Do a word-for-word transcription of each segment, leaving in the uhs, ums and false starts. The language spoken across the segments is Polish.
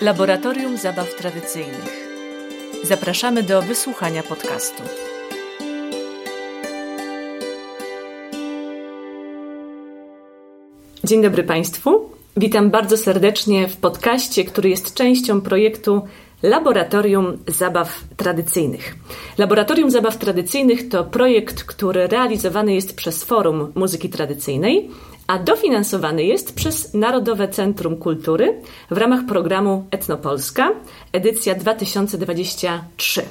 Laboratorium Zabaw Tradycyjnych. Zapraszamy do wysłuchania podcastu. Dzień dobry Państwu. Witam bardzo serdecznie w podcaście, który jest częścią projektu Laboratorium Zabaw Tradycyjnych. Laboratorium Zabaw Tradycyjnych to projekt, który realizowany jest przez Forum Muzyki Tradycyjnej, a dofinansowany jest przez Narodowe Centrum Kultury w ramach programu Etnopolska, edycja dwa tysiące dwudziesty trzeci.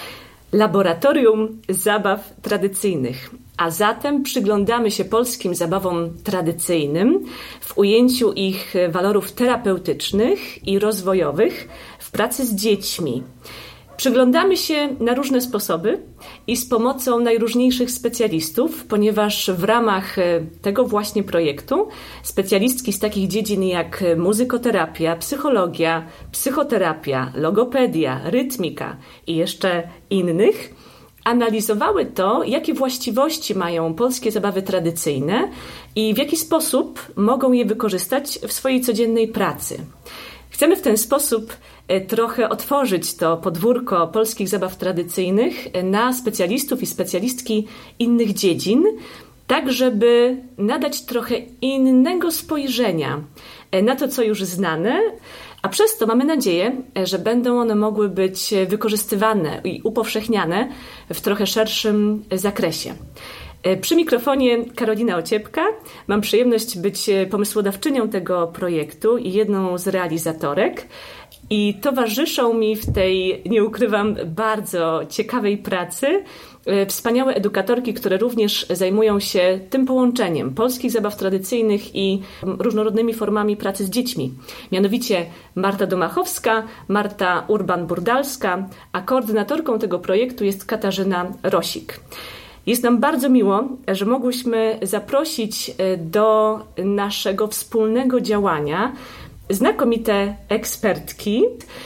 Laboratorium Zabaw Tradycyjnych, a zatem przyglądamy się polskim zabawom tradycyjnym w ujęciu ich walorów terapeutycznych i rozwojowych w pracy z dziećmi. Przyglądamy się na różne sposoby i z pomocą najróżniejszych specjalistów, ponieważ w ramach tego właśnie projektu specjalistki z takich dziedzin jak muzykoterapia, psychologia, psychoterapia, logopedia, rytmika i jeszcze innych analizowały to, jakie właściwości mają polskie zabawy tradycyjne i w jaki sposób mogą je wykorzystać w swojej codziennej pracy. Chcemy w ten sposób trochę otworzyć to podwórko polskich zabaw tradycyjnych na specjalistów i specjalistki innych dziedzin, tak żeby nadać trochę innego spojrzenia na to, co już znane, a przez to mamy nadzieję, że będą one mogły być wykorzystywane i upowszechniane w trochę szerszym zakresie. Przy mikrofonie Karolina Ociepka. Mam przyjemność być pomysłodawczynią tego projektu i jedną z realizatorek. I towarzyszą mi w tej, nie ukrywam, bardzo ciekawej pracy wspaniałe edukatorki, które również zajmują się tym połączeniem polskich zabaw tradycyjnych i różnorodnymi formami pracy z dziećmi. Mianowicie Marta Domachowska, Marta Urban-Burdalska, a koordynatorką tego projektu jest Katarzyna Rosik. Jest nam bardzo miło, że mogłyśmy zaprosić do naszego wspólnego działania znakomite ekspertki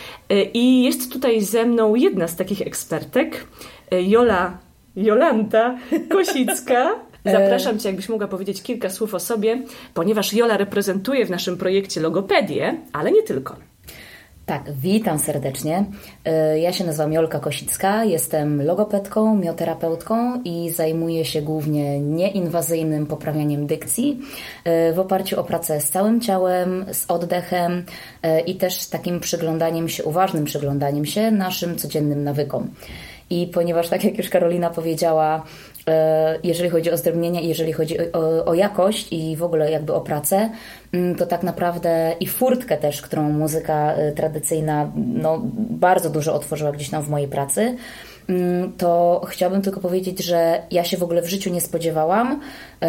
i jest tutaj ze mną jedna z takich ekspertek, Jola, Jolanta Kosicka. Zapraszam Cię, jakbyś mogła powiedzieć kilka słów o sobie, ponieważ Jola reprezentuje w naszym projekcie logopedię, ale nie tylko. Tak, witam serdecznie. Ja się nazywam Jolka Kosicka, jestem logopedką, mioterapeutką i zajmuję się głównie nieinwazyjnym poprawianiem dykcji w oparciu o pracę z całym ciałem, z oddechem i też takim przyglądaniem się, uważnym przyglądaniem się naszym codziennym nawykom. I ponieważ, tak jak już Karolina powiedziała, jeżeli chodzi o zdrobnienie i jeżeli chodzi o, o jakość i w ogóle jakby o pracę, to tak naprawdę i furtkę też, którą muzyka tradycyjna no, bardzo dużo otworzyła gdzieś tam w mojej pracy, to chciałabym tylko powiedzieć, że ja się w ogóle w życiu nie spodziewałam,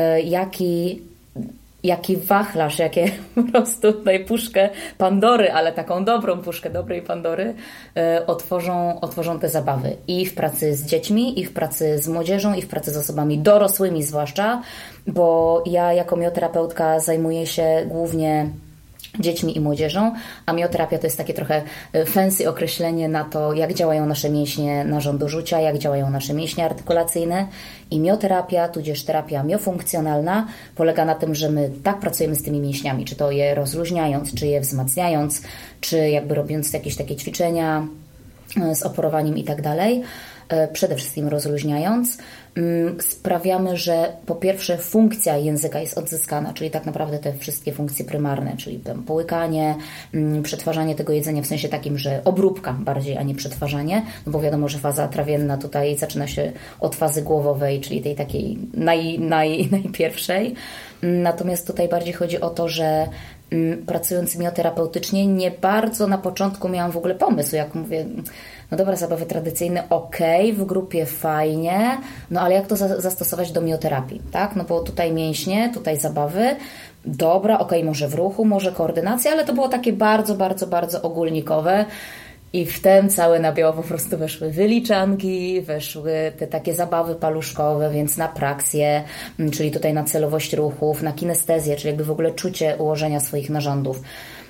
jaki Jaki wachlarz, jakie po prostu tutaj puszkę Pandory, ale taką dobrą puszkę dobrej Pandory e, otworzą, otworzą te zabawy. I w pracy z dziećmi, i w pracy z młodzieżą, i w pracy z osobami dorosłymi zwłaszcza, bo ja jako mioterapeutka zajmuję się głównie dziećmi i młodzieżą, a mioterapia to jest takie trochę fancy określenie na to, jak działają nasze mięśnie narządu rzucia, jak działają nasze mięśnie artykulacyjne i mioterapia, tudzież terapia miofunkcjonalna polega na tym, że my tak pracujemy z tymi mięśniami, czy to je rozluźniając, czy je wzmacniając, czy jakby robiąc jakieś takie ćwiczenia z oporowaniem i tak dalej, przede wszystkim rozluźniając, sprawiamy, że po pierwsze funkcja języka jest odzyskana, czyli tak naprawdę te wszystkie funkcje prymarne, czyli tam połykanie, przetwarzanie tego jedzenia w sensie takim, że obróbka bardziej, a nie przetwarzanie, no bo wiadomo, że faza trawienna tutaj zaczyna się od fazy głowowej, czyli tej takiej naj, naj, najpierwszej. Natomiast tutaj bardziej chodzi o to, że pracując mioterapeutycznie nie bardzo na początku miałam w ogóle pomysł, jak mówię, no dobra, zabawy tradycyjne, okej, okay, w grupie fajnie, no ale jak to za- zastosować do mioterapii, tak? No bo tutaj mięśnie, tutaj zabawy, dobra, okej, okay, może w ruchu, może koordynacja, ale to było takie bardzo, bardzo, bardzo ogólnikowe. I w tym całe na biało po prostu weszły wyliczanki, weszły te takie zabawy paluszkowe, więc na praksję, czyli tutaj na celowość ruchów, na kinestezję, czyli jakby w ogóle czucie ułożenia swoich narządów,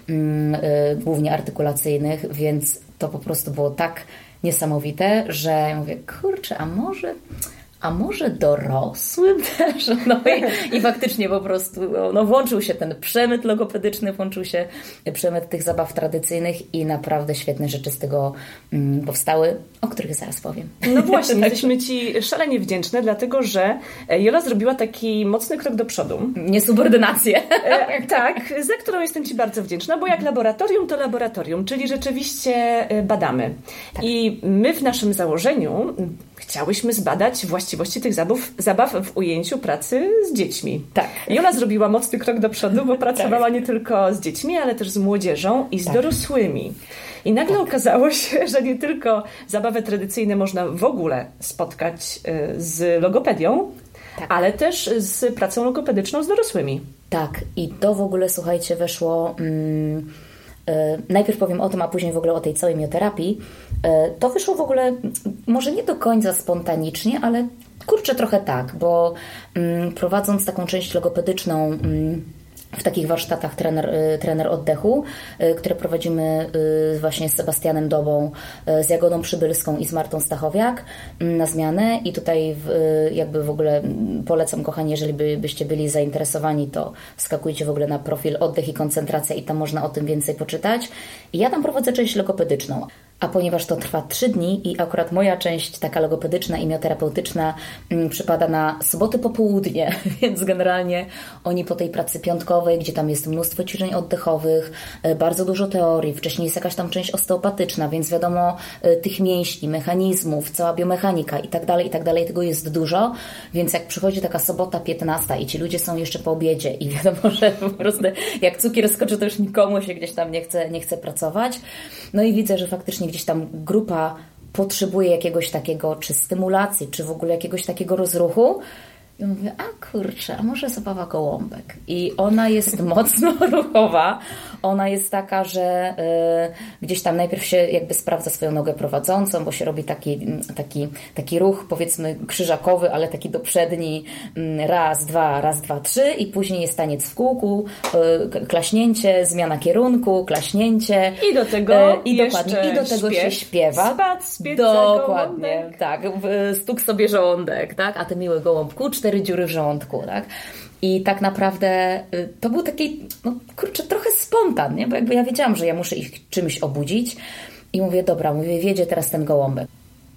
głównie artykulacyjnych, więc to po prostu było tak niesamowite, że ja mówię, kurczę, a może... a może dorosłym też? No i, i faktycznie po prostu no, włączył się ten przemyt logopedyczny, włączył się przemyt tych zabaw tradycyjnych i naprawdę świetne rzeczy z tego mm, powstały, o których zaraz powiem. No właśnie, jesteśmy Ci szalenie wdzięczne, dlatego że Jola zrobiła taki mocny krok do przodu. Niesubordynację. E, tak, za którą jestem Ci bardzo wdzięczna, bo jak laboratorium, to laboratorium, czyli rzeczywiście badamy. Tak. I my w naszym założeniu chciałyśmy zbadać właściwości tych zabaw, zabaw w ujęciu pracy z dziećmi. Tak. Jola zrobiła mocny krok do przodu, bo pracowała tak. nie tylko z dziećmi, ale też z młodzieżą i z tak. dorosłymi. I nagle tak. okazało się, że nie tylko zabawy tradycyjne można w ogóle spotkać z logopedią, tak. ale też z pracą logopedyczną z dorosłymi. Tak. I to w ogóle, słuchajcie, weszło... Mm, Najpierw powiem o tym, a później w ogóle o tej całej mioterapii. To wyszło w ogóle może nie do końca spontanicznie, ale kurczę trochę tak, bo prowadząc taką część logopedyczną w takich warsztatach trener, trener oddechu, które prowadzimy właśnie z Sebastianem Dobą, z Jagodą Przybylską i z Martą Stachowiak na zmianę i tutaj jakby w ogóle polecam, kochani, jeżeli by, byście byli zainteresowani, to skakujcie w ogóle na profil Oddech i Koncentracja i tam można o tym więcej poczytać. I ja tam prowadzę część logopedyczną. A ponieważ to trwa trzy dni i akurat moja część taka logopedyczna i mioterapeutyczna m, przypada na soboty popołudnie, więc generalnie oni po tej pracy piątkowej, gdzie tam jest mnóstwo ćwiczeń oddechowych, e, bardzo dużo teorii, wcześniej jest jakaś tam część osteopatyczna, więc wiadomo e, tych mięśni, mechanizmów, cała biomechanika i tak dalej, i tak dalej, tego jest dużo, więc jak przychodzi taka sobota piętnasta i ci ludzie są jeszcze po obiedzie i wiadomo, że po prostu jak cukier skoczy, to już nikomu się gdzieś tam nie chce, nie chce pracować. No i widzę, że faktycznie gdzieś tam grupa potrzebuje jakiegoś takiego, czy stymulacji, czy w ogóle jakiegoś takiego rozruchu. I mówię, a kurczę, a może zabawa gołąbek. I ona jest mocno ruchowa. Ona jest taka, że y, gdzieś tam najpierw się jakby sprawdza swoją nogę prowadzącą, bo się robi taki, taki, taki ruch, powiedzmy krzyżakowy, ale taki do przedni. Y, raz, dwa, raz, dwa, trzy i później jest taniec w kółku, y, klaśnięcie, zmiana kierunku, klaśnięcie. I do tego y, i dokładnie, i do tego śpiew. się śpiewa. Spad, spiec, dokładnie, gołąbek. tak. Stuk sobie żołądek, tak? A ty miły gołąbku, cztery dziury w żołądku, tak? I tak naprawdę to był taki, no kurczę, trochę spontan, nie? Bo jakby ja wiedziałam, że ja muszę ich czymś obudzić i mówię, dobra, mówię, wiedzie teraz ten gołąbek.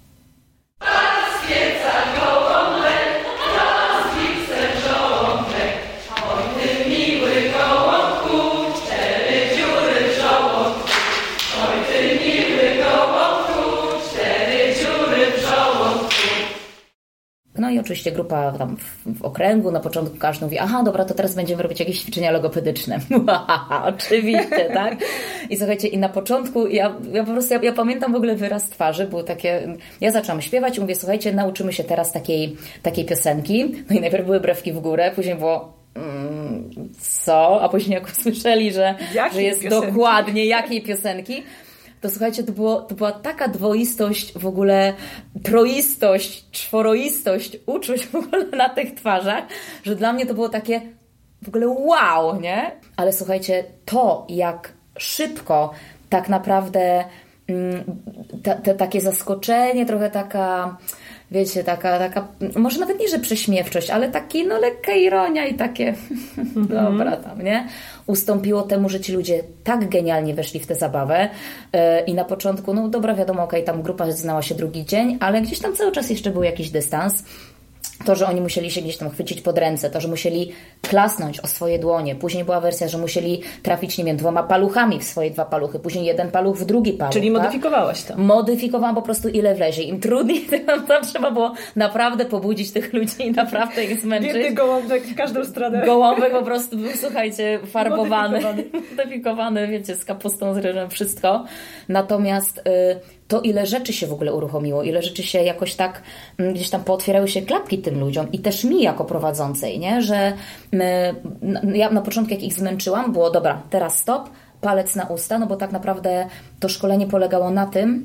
No i oczywiście grupa tam w, w okręgu, na początku każdy mówi, aha, dobra, to teraz będziemy robić jakieś ćwiczenia logopedyczne. Oczywiście, tak? I słuchajcie, i na początku ja, ja po prostu, ja, ja pamiętam w ogóle wyraz twarzy, było takie, ja zaczęłam śpiewać i mówię, słuchajcie, nauczymy się teraz takiej, takiej piosenki. No i najpierw były brewki w górę, później było mm, co? A później jak usłyszeli, że, że jest piosenki? Dokładnie jakiej piosenki, to słuchajcie, to, było, to była taka dwoistość, w ogóle troistość, czworoistość uczuć w ogóle na tych twarzach, że dla mnie to było takie w ogóle wow, nie? Ale słuchajcie, to jak szybko tak naprawdę mm, ta, te, takie zaskoczenie, trochę taka, wiecie, taka, taka, może nawet nie, że prześmiewczość, ale taki, no lekka ironia i takie dobra tam, nie? Ustąpiło temu, że ci ludzie tak genialnie weszli w tę zabawę yy, i na początku, no dobra, wiadomo, okej, okay, tam grupa znała się drugi dzień, ale gdzieś tam cały czas jeszcze był jakiś dystans. To, że oni musieli się gdzieś tam chwycić pod ręce, to, że musieli klasnąć o swoje dłonie. Później była wersja, że musieli trafić, nie wiem, dwoma paluchami w swoje dwa paluchy. Później jeden paluch w drugi paluch. Czyli tak? modyfikowałaś to. Modyfikowałam po prostu ile wlezie. Im trudniej, tam, tam trzeba było naprawdę pobudzić tych ludzi i naprawdę ich zmęczyć. Biedny gołąbek w każdą stronę. Gołąbek po prostu był, słuchajcie, farbowany. Modyfikowany. Modyfikowany, wiecie, z kapustą, z ryżem, wszystko. Natomiast... Y, to ile rzeczy się w ogóle uruchomiło, ile rzeczy się jakoś tak gdzieś tam pootwierały się klapki tym ludziom i też mi jako prowadzącej, nie? Że my, ja na początku jak ich zmęczyłam, było dobra, teraz stop, palec na usta, no bo tak naprawdę to szkolenie polegało na tym,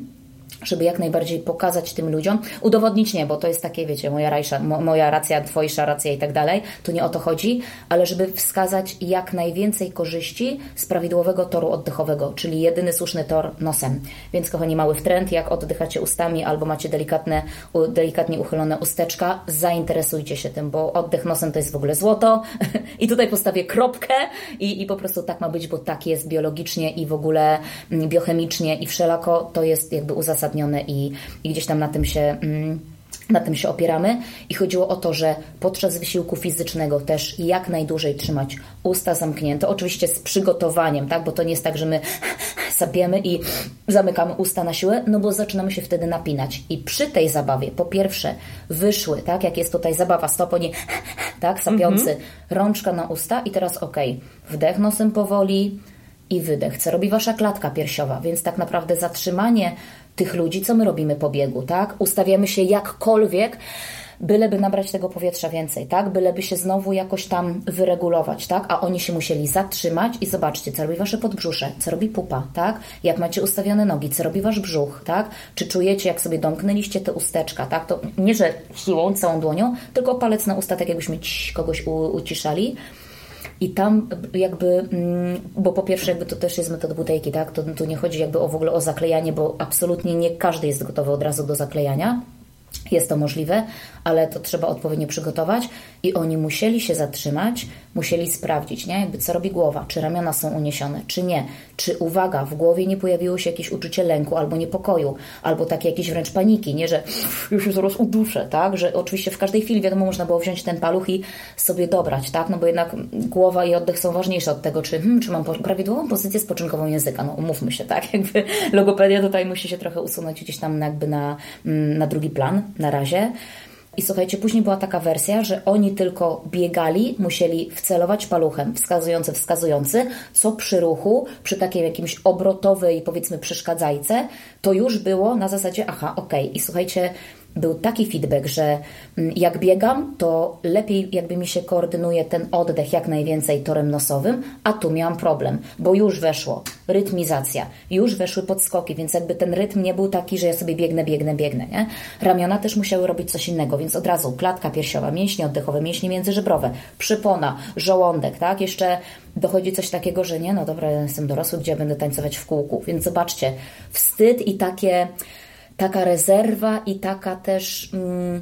żeby jak najbardziej pokazać tym ludziom, udowodnić nie, bo to jest takie, wiecie, moja, rajsza, mo, moja racja, twoja racja i tak dalej, tu nie o to chodzi, ale żeby wskazać jak najwięcej korzyści z prawidłowego toru oddechowego, czyli jedyny słuszny tor nosem. Więc kochani, mały wtręt, jak oddychacie ustami albo macie delikatne, delikatnie uchylone usteczka, zainteresujcie się tym, bo oddech nosem to jest w ogóle złoto i tutaj postawię kropkę i, i po prostu tak ma być, bo tak jest biologicznie i w ogóle biochemicznie i wszelako to jest jakby uzasadnione I, i gdzieś tam na tym się na tym się opieramy. I chodziło o to, że podczas wysiłku fizycznego też jak najdłużej trzymać usta zamknięte, oczywiście z przygotowaniem, tak, bo to nie jest tak, że my sapiemy i zamykamy usta na siłę, no bo zaczynamy się wtedy napinać. I przy tej zabawie, po pierwsze, wyszły, tak, jak jest tutaj zabawa, stop, oni, tak, sapiący, mhm. rączka na usta i teraz okej, okay, wdech nosem powoli i wydech, co robi wasza klatka piersiowa, więc tak naprawdę zatrzymanie tych ludzi, co my robimy po biegu, tak? Ustawiamy się jakkolwiek, byleby nabrać tego powietrza więcej, tak? Byleby się znowu jakoś tam wyregulować, tak? A oni się musieli zatrzymać i zobaczcie, co robi wasze podbrzusze, co robi pupa, tak? Jak macie ustawione nogi, co robi wasz brzuch, tak? Czy czujecie, jak sobie domknęliście te usteczka, tak? To nie, że siłą, całą dłonią, tylko palec na usta, tak jakbyśmy kogoś u, uciszali. I tam jakby, bo po pierwsze jakby to też jest metoda butejki, tak? To, tu nie chodzi jakby o, w ogóle o zaklejanie, bo absolutnie nie każdy jest gotowy od razu do zaklejania. Jest to możliwe, ale to trzeba odpowiednio przygotować i oni musieli się zatrzymać, musieli sprawdzić, nie? Jakby co robi głowa, czy ramiona są uniesione, czy nie, czy uwaga, w głowie nie pojawiło się jakieś uczucie lęku albo niepokoju, albo takie jakieś wręcz paniki, nie, że już się zaraz uduszę, tak? Że oczywiście w każdej chwili, wiadomo, można było wziąć ten paluch i sobie dobrać, tak? No bo jednak głowa i oddech są ważniejsze od tego, czy, hmm, czy mam prawidłową pozycję spoczynkową języka, no umówmy się, tak? Jakby logopedia tutaj musi się trochę usunąć gdzieś tam jakby na, na drugi plan, na razie. I słuchajcie, później była taka wersja, że oni tylko biegali, musieli wcelować paluchem wskazujący, wskazujący, co przy ruchu, przy takiej jakimś obrotowej, powiedzmy, przeszkadzajce, to już było na zasadzie, aha, okej. Okay. I słuchajcie, był taki feedback, że jak biegam, to lepiej jakby mi się koordynuje ten oddech jak najwięcej torem nosowym, a tu miałam problem, bo już weszło rytmizacja, już weszły podskoki, więc jakby ten rytm nie był taki, że ja sobie biegnę, biegnę, biegnę, nie? Ramiona też musiały robić coś innego, więc od razu klatka piersiowa, mięśnie oddechowe, mięśnie międzyżebrowe, przypona, żołądek, tak? Jeszcze dochodzi coś takiego, że nie, no dobra, ja jestem dorosły, gdzie ja będę tańcować w kółku, więc zobaczcie, wstyd i takie taka rezerwa i taka też mm,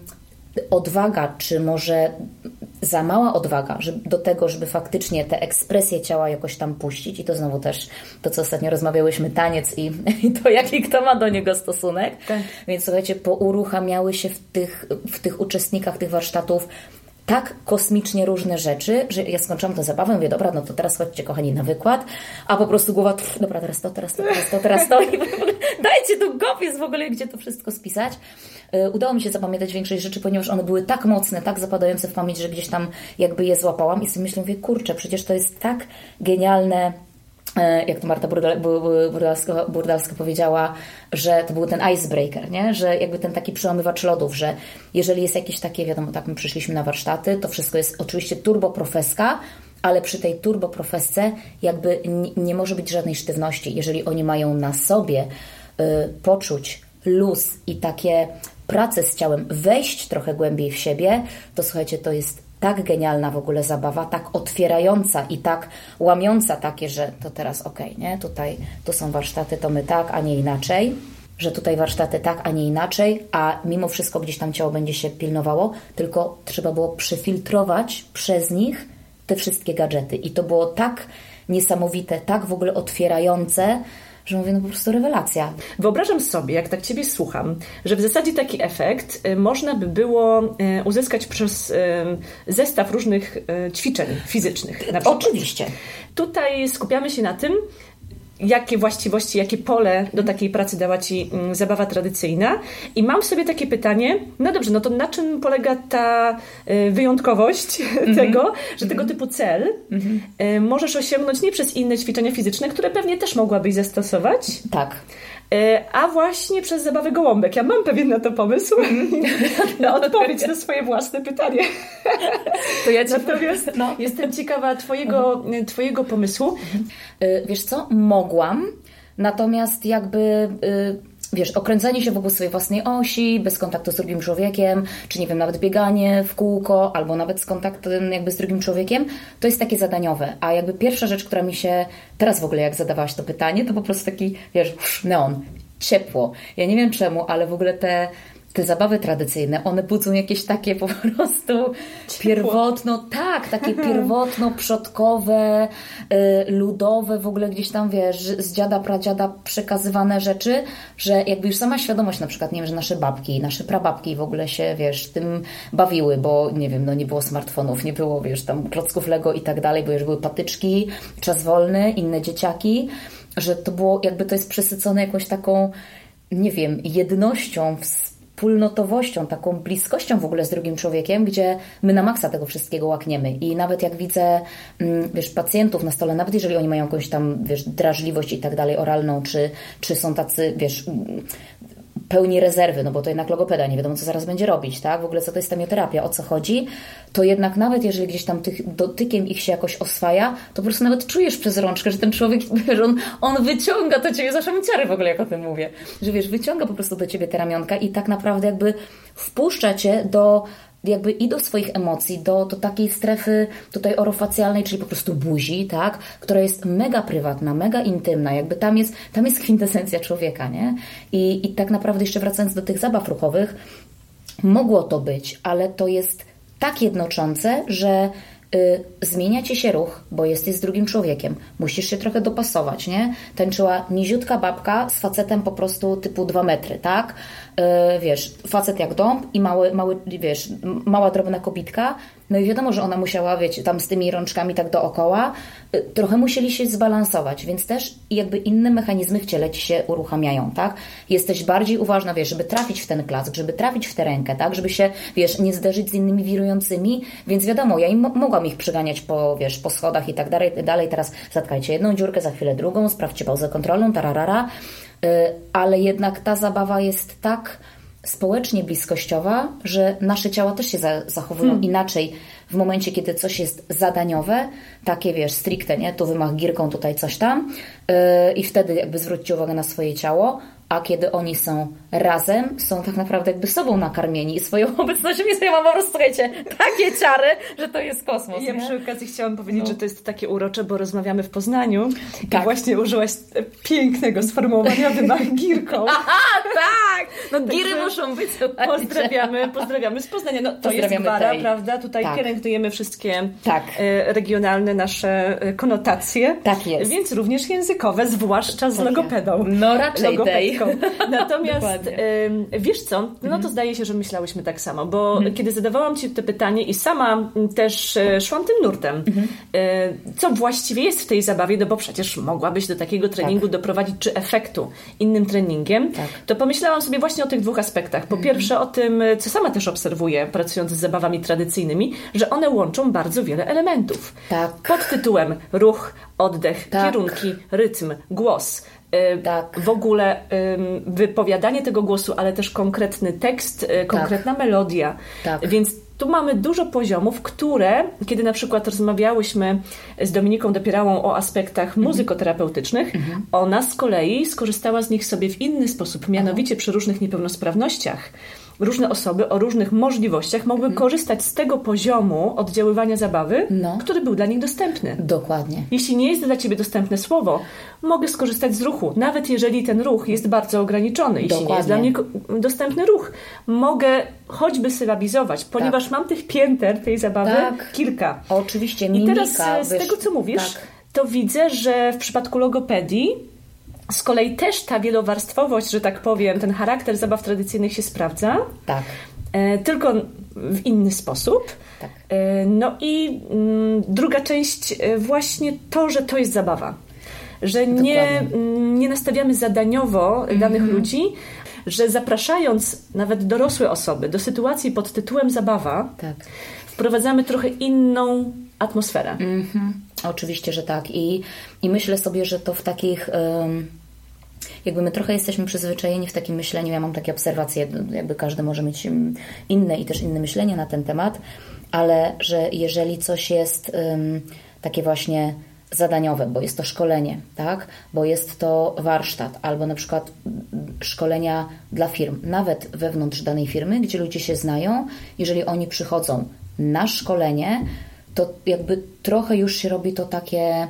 odwaga, czy może za mała odwaga żeby, do tego, żeby faktycznie te ekspresje ciała jakoś tam puścić i to znowu też to, co ostatnio rozmawiałyśmy, taniec i, i to, jaki kto ma do niego stosunek. Tak. Więc słuchajcie, pouruchamiały się w tych, w tych uczestnikach tych warsztatów tak kosmicznie różne rzeczy, że ja skończyłam tę zabawę, mówię, dobra, no to teraz chodźcie, kochani, na wykład, a po prostu głowa, pff, dobra, teraz to, teraz to, teraz to, teraz to i w ogóle, dajcie tu gopis w ogóle, gdzie to wszystko spisać. Udało mi się zapamiętać większość rzeczy, ponieważ one były tak mocne, tak zapadające w pamięć, że gdzieś tam jakby je złapałam i sobie myślę, mówię, kurczę, przecież to jest tak genialne, jak to Marta Burdalska, Burdalska powiedziała, że to był ten icebreaker, nie? Że jakby ten taki przełamywacz lodów, że jeżeli jest jakieś takie, wiadomo, tak my przyszliśmy na warsztaty, to wszystko jest oczywiście turboprofeska, ale przy tej turboprofesce jakby nie, nie może być żadnej sztywności. Jeżeli oni mają na sobie y, poczuć luz i takie pracę z ciałem, wejść trochę głębiej w siebie, to słuchajcie, to jest tak genialna w ogóle zabawa, tak otwierająca i tak łamiąca takie, że to teraz okej, okay, nie? Tutaj tu są warsztaty, to my tak, a nie inaczej. Że tutaj warsztaty tak, a nie inaczej, a mimo wszystko gdzieś tam ciało będzie się pilnowało, tylko trzeba było przefiltrować przez nich te wszystkie gadżety. I to było tak niesamowite, tak w ogóle otwierające, że mówię, no po prostu rewelacja. Wyobrażam sobie, jak tak Ciebie słucham, że w zasadzie taki efekt y, można by było y, uzyskać przez y, zestaw różnych y, ćwiczeń fizycznych. Na przykład. Oczywiście. Tutaj skupiamy się na tym, jakie właściwości, jakie pole do takiej pracy dała Ci mm, zabawa tradycyjna. I mam w sobie takie pytanie, no dobrze, no to na czym polega ta y, wyjątkowość mm-hmm. tego, że mm-hmm. tego typu cel mm-hmm. y, możesz osiągnąć nie przez inne ćwiczenia fizyczne, które pewnie też mogłabyś zastosować. Tak. Y, a właśnie przez zabawę gołąbek. Ja mam pewien na to pomysł, na odpowiedź na swoje własne pytanie. To ja Natomiast no. jestem ciekawa Twojego, mhm. twojego pomysłu. Wiesz co? Mogłam, natomiast jakby wiesz, okręcanie się wokół swojej własnej osi, bez kontaktu z drugim człowiekiem, czy nie wiem, nawet bieganie w kółko, albo nawet z kontaktem jakby z drugim człowiekiem, to jest takie zadaniowe. A jakby pierwsza rzecz, która mi się teraz w ogóle, jak zadawałaś to pytanie, to po prostu taki, wiesz, neon, ciepło. Ja nie wiem czemu, ale w ogóle te Te zabawy tradycyjne, one budzą jakieś takie po prostu Ciepło. pierwotno, tak, takie pierwotno-przodkowe, y, ludowe, w ogóle gdzieś tam, wiesz, z dziada, pradziada przekazywane rzeczy, że jakby już sama świadomość na przykład, nie wiem, że nasze babki, nasze prababki w ogóle się, wiesz, tym bawiły, bo nie wiem, no nie było smartfonów, nie było, wiesz, tam klocków Lego i tak dalej, bo już były patyczki, czas wolny, inne dzieciaki, że to było, jakby to jest przesycone jakąś taką, nie wiem, jednością, wspólnotowością, taką bliskością w ogóle z drugim człowiekiem, gdzie my na maksa tego wszystkiego łakniemy. I nawet jak widzę, wiesz, pacjentów na stole, nawet jeżeli oni mają jakąś tam, wiesz, drażliwość i tak dalej oralną, czy, czy są tacy, wiesz, pełni rezerwy, no bo to jednak logopeda, nie wiadomo, co zaraz będzie robić, tak? W ogóle co to jest temioterapia, o co chodzi, to jednak nawet jeżeli gdzieś tam tych, dotykiem ich się jakoś oswaja, to po prostu nawet czujesz przez rączkę, że ten człowiek, wiesz, on, on wyciąga do ciebie, zawsze mi ciary w ogóle, jak o tym mówię, że wiesz, wyciąga po prostu do ciebie te ramionka i tak naprawdę jakby wpuszcza cię do jakby i do swoich emocji, do, do takiej strefy tutaj orofacjalnej, czyli po prostu buzi, tak, która jest mega prywatna, mega intymna, jakby tam jest, tam jest kwintesencja człowieka, nie? I, i tak naprawdę jeszcze wracając do tych zabaw ruchowych, mogło to być, ale to jest tak jednoczące, że y, zmienia ci się ruch, bo jesteś z drugim człowiekiem. Musisz się trochę dopasować, nie? Tańczyła niziutka babka z facetem po prostu typu dwa metry, tak? Yy, wiesz, facet jak dąb i mały, mały, wiesz, mała drobna kobitka. No i wiadomo, że ona musiała, wiecie, tam z tymi rączkami tak dookoła. Yy, trochę musieli się zbalansować, więc też jakby inne mechanizmy w ciele ci się uruchamiają, tak? Jesteś bardziej uważna, wiesz, żeby trafić w ten klask, żeby trafić w tę rękę, tak? Żeby się, wiesz, nie zderzyć z innymi wirującymi, więc wiadomo, ja im mogłam ich przyganiać po, wiesz, po schodach i tak dalej, dalej. Teraz zatkajcie jedną dziurkę, za chwilę drugą, sprawdźcie pauzę kontrolną, tararara. Ale jednak ta zabawa jest tak społecznie bliskościowa, że nasze ciała też się zachowują hmm. inaczej w momencie, kiedy coś jest zadaniowe, takie wiesz, stricte, nie? Tu wymach gierką, tutaj coś tam yy, i wtedy jakby zwróćcie uwagę na swoje ciało, a kiedy oni są razem, są tak naprawdę jakby sobą nakarmieni i swoją obecnością i ja mam po prostu, słuchajcie, takie ciary, że to jest kosmos. Ja nie? przy okazji chciałam powiedzieć, no. że to jest takie urocze, bo rozmawiamy w Poznaniu tak. i właśnie użyłaś pięknego sformułowania wymach girką. Aha, tak! No giry tak, muszą być. Pozdrawiamy, pozdrawiamy z Poznania. No to jest gwara, tej. prawda? Tutaj tak. pielęgnujemy wszystkie tak. regionalne nasze konotacje. Tak jest. Więc również językowe, zwłaszcza z tak logopedą. No raczej tej. Natomiast y, wiesz co, no to mhm. zdaje się, że myślałyśmy tak samo, bo mhm. kiedy zadawałam Ci to pytanie i sama też y, szłam tym nurtem, mhm. y, co właściwie jest w tej zabawie, no bo przecież mogłabyś do takiego treningu tak. doprowadzić, czy efektu innym treningiem, tak. to pomyślałam sobie właśnie o tych dwóch aspektach. Po mhm. pierwsze o tym, co sama też obserwuję, pracując z zabawami tradycyjnymi, że one łączą bardzo wiele elementów. Tak. Pod tytułem ruch, oddech, tak. kierunki, rytm, głos. Tak. W ogóle wypowiadanie tego głosu, ale też konkretny tekst, konkretna tak. melodia. Tak. Więc tu mamy dużo poziomów, które, kiedy na przykład rozmawiałyśmy z Dominiką Dopierałą o aspektach muzykoterapeutycznych, mm-hmm. ona z kolei skorzystała z nich sobie w inny sposób, mianowicie przy różnych niepełnosprawnościach. Różne osoby o różnych możliwościach mogły hmm. korzystać z tego poziomu oddziaływania zabawy, no. który był dla nich dostępny. Dokładnie. Jeśli nie jest dla Ciebie dostępne słowo, mogę skorzystać z ruchu, nawet jeżeli ten ruch jest bardzo ograniczony. Jeśli Dokładnie. nie jest dla mnie dostępny ruch, mogę choćby sylabizować, ponieważ tak. mam tych pięter tej zabawy tak. kilka. Oczywiście, mimika. I teraz z wiesz, tego, co mówisz, tak. to widzę, że w przypadku logopedii z kolei też ta wielowarstwowość, że tak powiem, ten charakter zabaw tradycyjnych się sprawdza. Tak. E, tylko w inny sposób. Tak. E, no i m, druga część e, właśnie to, że to jest zabawa. Że nie, m, nie nastawiamy zadaniowo mm-hmm. danych ludzi, że zapraszając nawet dorosłe osoby do sytuacji pod tytułem zabawa, tak. wprowadzamy trochę inną atmosferę. Mm-hmm. Oczywiście, że tak. I, i myślę sobie, że to w takich... Um, jakby my trochę jesteśmy przyzwyczajeni w takim myśleniu, ja mam takie obserwacje, jakby każdy może mieć inne i też inne myślenie na ten temat, ale że jeżeli coś jest um, takie właśnie zadaniowe, bo jest to szkolenie, tak? Bo jest to warsztat, albo na przykład szkolenia dla firm, nawet wewnątrz danej firmy, gdzie ludzie się znają. Jeżeli oni przychodzą na szkolenie, to jakby trochę już się robi to takie,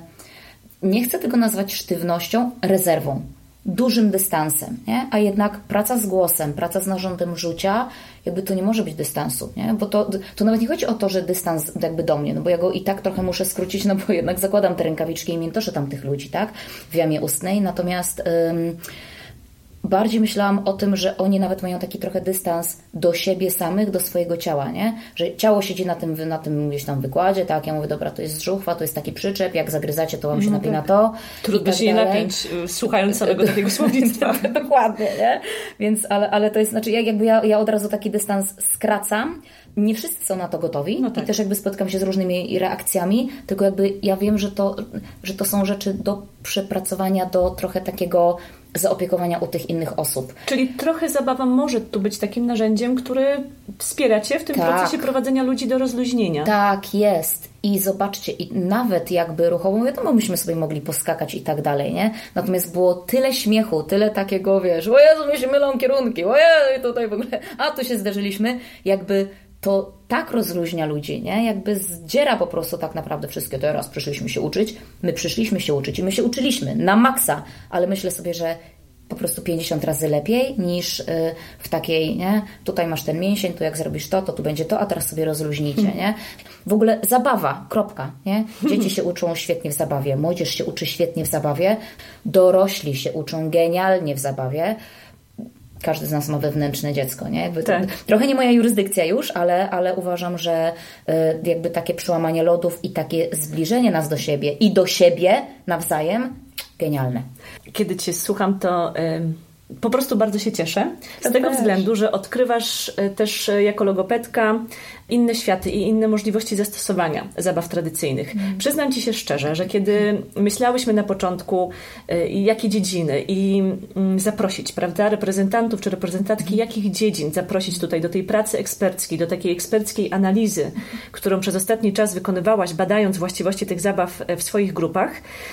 nie chcę tego nazwać sztywnością, rezerwą, dużym dystansem, nie? A jednak praca z głosem, praca z narządem rzucia, jakby to nie może być dystansu, nie? Bo to, to nawet nie chodzi o to, że dystans jakby do mnie, no bo ja go i tak trochę muszę skrócić, no bo jednak zakładam te rękawiczki i miętoszę tam tych ludzi, tak? W jamie ustnej, natomiast ym, bardziej myślałam o tym, że oni nawet mają taki trochę dystans do siebie samych, do swojego ciała, nie? Że ciało siedzi na tym, na tym gdzieś tam wykładzie, tak? Ja mówię, dobra, to jest żuchwa, to jest taki przyczep, jak zagryzacie, to wam się no napina tak. to. Trudno tak się nie napiąć, słuchając całego takiego słownictwa. Dokładnie, nie? Więc, ale, ale to jest, znaczy jakby ja, ja od razu taki dystans skracam. Nie wszyscy są na to gotowi no tak. I też jakby spotykam się z różnymi reakcjami, tylko jakby ja wiem, że to, że to są rzeczy do przepracowania, do trochę takiego zaopiekowania u tych innych osób. Czyli trochę zabawa może tu być takim narzędziem, który wspiera Cię w tym tak. procesie prowadzenia ludzi do rozluźnienia. Tak, jest. I zobaczcie, i nawet jakby ruchową, wiadomo, myśmy sobie mogli poskakać i tak dalej, nie? Natomiast było tyle śmiechu, tyle takiego, wiesz, o Jezu, mi się mylą kierunki, o Jezu, tutaj w ogóle, a tu się zderzyliśmy, jakby to tak rozluźnia ludzi, nie? Jakby zdziera po prostu tak naprawdę wszystkie. Teraz przyszliśmy się uczyć, my przyszliśmy się uczyć i my się uczyliśmy na maksa, ale myślę sobie, że po prostu pięćdziesiąt razy lepiej niż w takiej, nie? Tutaj masz ten mięsień, tu jak zrobisz to, to tu będzie to, a teraz sobie rozluźnijcie, nie? W ogóle zabawa, kropka, nie? Dzieci się uczą świetnie w zabawie, młodzież się uczy świetnie w zabawie, dorośli się uczą genialnie w zabawie. Każdy z nas ma wewnętrzne dziecko, nie? Jakby tak. to, trochę nie moja jurysdykcja już, ale, ale uważam, że y, jakby takie przełamanie lodów i takie zbliżenie nas do siebie i do siebie nawzajem, genialne. Kiedy Cię słucham, to y, po prostu bardzo się cieszę. Z to tego też. względu, że odkrywasz y, też y, jako logopedka inne światy i inne możliwości zastosowania zabaw tradycyjnych. Mm. Przyznam Ci się szczerze, że kiedy myślałyśmy na początku, y, jakie dziedziny i y, zaprosić, prawda, reprezentantów czy reprezentantki, mm. jakich dziedzin zaprosić tutaj do tej pracy eksperckiej, do takiej eksperckiej analizy, którą przez ostatni czas wykonywałaś, badając właściwości tych zabaw w swoich grupach,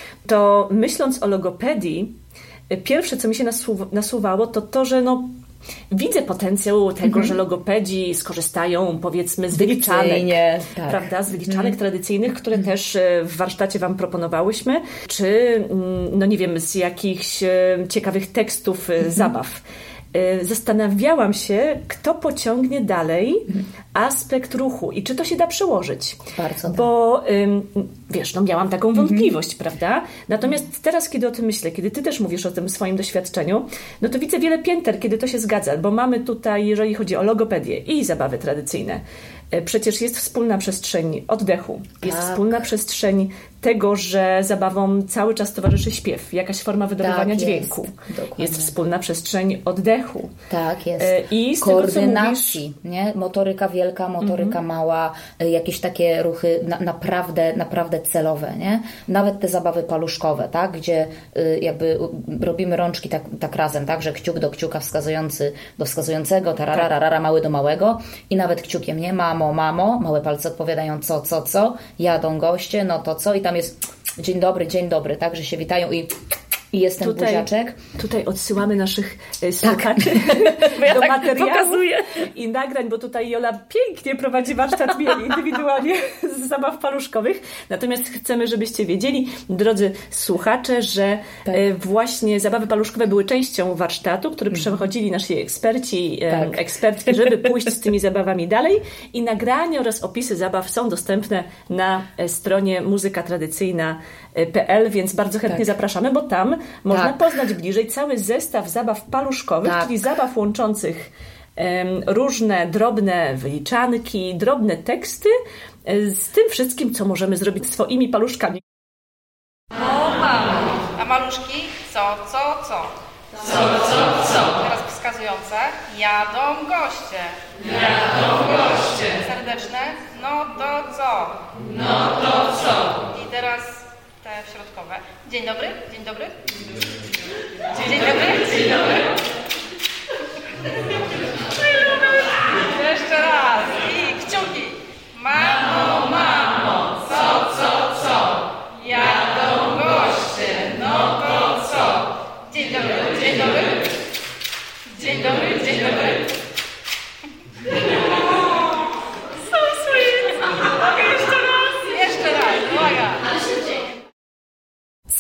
to myśląc o logopedii, pierwsze, co mi się nasuwało, to to, że no, widzę potencjał tego, mm-hmm. że logopedzi skorzystają, powiedzmy, z wyliczanek, tak. prawda, z wyliczanek mm. tradycyjnych, które mm. też w warsztacie Wam proponowałyśmy, czy, no nie wiem, z jakichś ciekawych tekstów mm-hmm. zabaw. Zastanawiałam się, kto pociągnie dalej aspekt ruchu i czy to się da przełożyć. Bardzo Bo ym, wiesz, no miałam taką wątpliwość, mm-hmm. prawda? Natomiast teraz, kiedy o tym myślę, kiedy Ty też mówisz o tym swoim doświadczeniu, no to widzę wiele pięter, kiedy to się zgadza, bo mamy tutaj, jeżeli chodzi o logopedię i zabawy tradycyjne, przecież jest wspólna przestrzeń oddechu, tak. jest wspólna przestrzeń tego, że zabawom cały czas towarzyszy śpiew, jakaś forma wydobywania tak, dźwięku. Jest. jest wspólna przestrzeń oddechu. Tak, jest. I z koordynacji, tego, nie? Motoryka wielka, motoryka mm-hmm. mała, jakieś takie ruchy na, naprawdę, naprawdę celowe, nie? Nawet te zabawy paluszkowe, tak? Gdzie y, jakby robimy rączki tak, tak razem, tak? Że kciuk do kciuka wskazujący do wskazującego, tarararara, mały do małego i nawet kciukiem, nie? Mamo, mamo, małe palce odpowiadają co, co, co, jadą goście, no to co i tam jest dzień dobry, dzień dobry, tak, że się witają i, i jest ten tutaj, buziaczek. Tutaj odsyłamy naszych e, słuchaczy tak. do tak materiału i nagrań, bo tutaj Jola pięknie prowadzi warsztat indywidualnie z zabaw paluszkowych. Natomiast chcemy, żebyście wiedzieli, drodzy słuchacze, że tak. e, właśnie zabawy paluszkowe były częścią warsztatu, który mm. przechodzili nasi eksperci, e, tak. ekspertki, żeby pójść z tymi zabawami dalej i nagrania oraz opisy zabaw są dostępne na stronie muzyka tradycyjna kropka p l, więc bardzo chętnie tak. zapraszamy, bo tam można tak. poznać bliżej cały zestaw zabaw paluszkowych, tak. czyli zabaw łączących um, różne drobne wyliczanki, drobne teksty z tym wszystkim, co możemy zrobić swoimi paluszkami. O, mamo. A maluszki? Co, co, co? Co, co, co? Teraz wskazujące. Jadą goście. Jadą goście. Serdeczne. No to co? No to co? I teraz te środkowe. Dzień dobry. Dzień dobry. Dzień dobry. Dzień dobry. Jeszcze raz. I kciuki. Mamo, mamo, co, co, co? Jadą goście. No to co? Dzień dobry. Dzień dobry.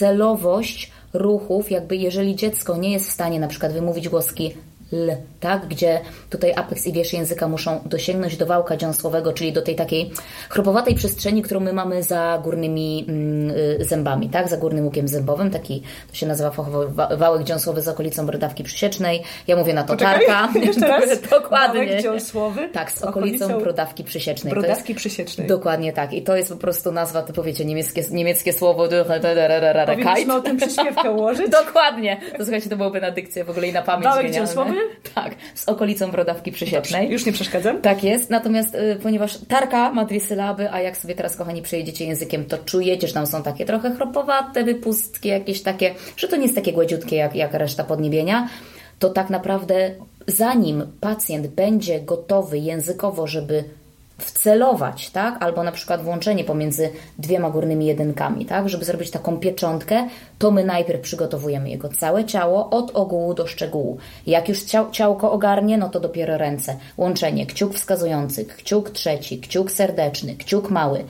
celowość ruchów, jakby jeżeli dziecko nie jest w stanie na przykład wymówić głoski L, tak? Gdzie tutaj apeks i wierzch języka muszą dosięgnąć do wałka dziąsłowego, czyli do tej takiej chropowatej przestrzeni, którą my mamy za górnymi mm, zębami, tak? Za górnym łukiem zębowym, taki, to się nazywa fachowo wałek dziąsłowy z okolicą brodawki przysiecznej. Ja mówię na to Poczekaj, tarka. Jeszcze raz. Dokładnie. Wałek dziąsłowy? Tak, z okolicą, okolicą brodawki przysiecznej. Brodawki przysiecznej. Dokładnie tak. I to jest po prostu nazwa, to powiecie, niemieckie, niemieckie słowo. Powinniśmy o tym przyśpiewkę ułożyć? Dokładnie. To słuchajcie, to byłoby na dykcję w ogóle i na pamięć. Wałek dziąsłowy? Tak, z okolicą brodawki przysiecznej. Dobrze, już nie przeszkadzam. Tak jest, natomiast y, ponieważ tarka ma dwie sylaby, a jak sobie teraz, kochani, przejedziecie językiem, to czujecie, że tam są takie trochę chropowate wypustki, jakieś takie, że to nie jest takie gładziutkie jak, jak reszta podniebienia, to tak naprawdę zanim pacjent będzie gotowy językowo, żeby wcelować, tak? Albo na przykład włączenie pomiędzy dwiema górnymi jedynkami, tak? Żeby zrobić taką pieczątkę, to my najpierw przygotowujemy jego całe ciało od ogółu do szczegółu. Jak już ciał, ciałko ogarnie, no to dopiero ręce. Łączenie, kciuk wskazujący, kciuk trzeci, kciuk serdeczny, kciuk mały.